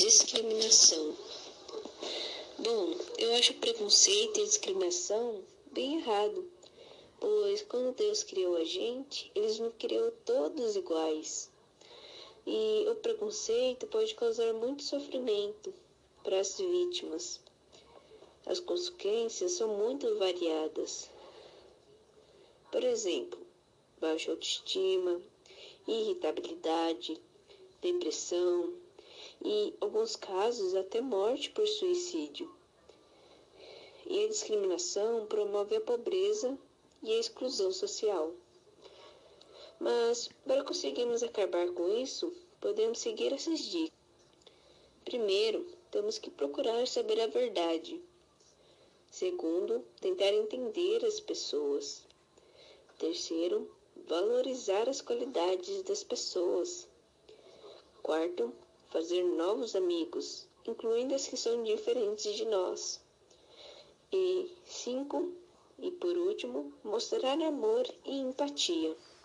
discriminação. Bom, eu acho preconceito e discriminação bem errado, pois quando Deus criou a gente, Ele nos criou todos iguais. E o preconceito pode causar muito sofrimento para as vítimas. As consequências são muito variadas. Por exemplo, baixa autoestima, irritabilidade, depressão e, em alguns casos, até morte por suicídio. E a discriminação promove a pobreza e a exclusão social. Mas, para conseguirmos acabar com isso, podemos seguir essas dicas. Primeiro, temos que procurar saber a verdade. Segundo, tentar entender as pessoas. Terceiro, valorizar as qualidades das pessoas. Quarto, fazer novos amigos, incluindo as que são diferentes de nós. E 5, e por último, mostrar amor e empatia.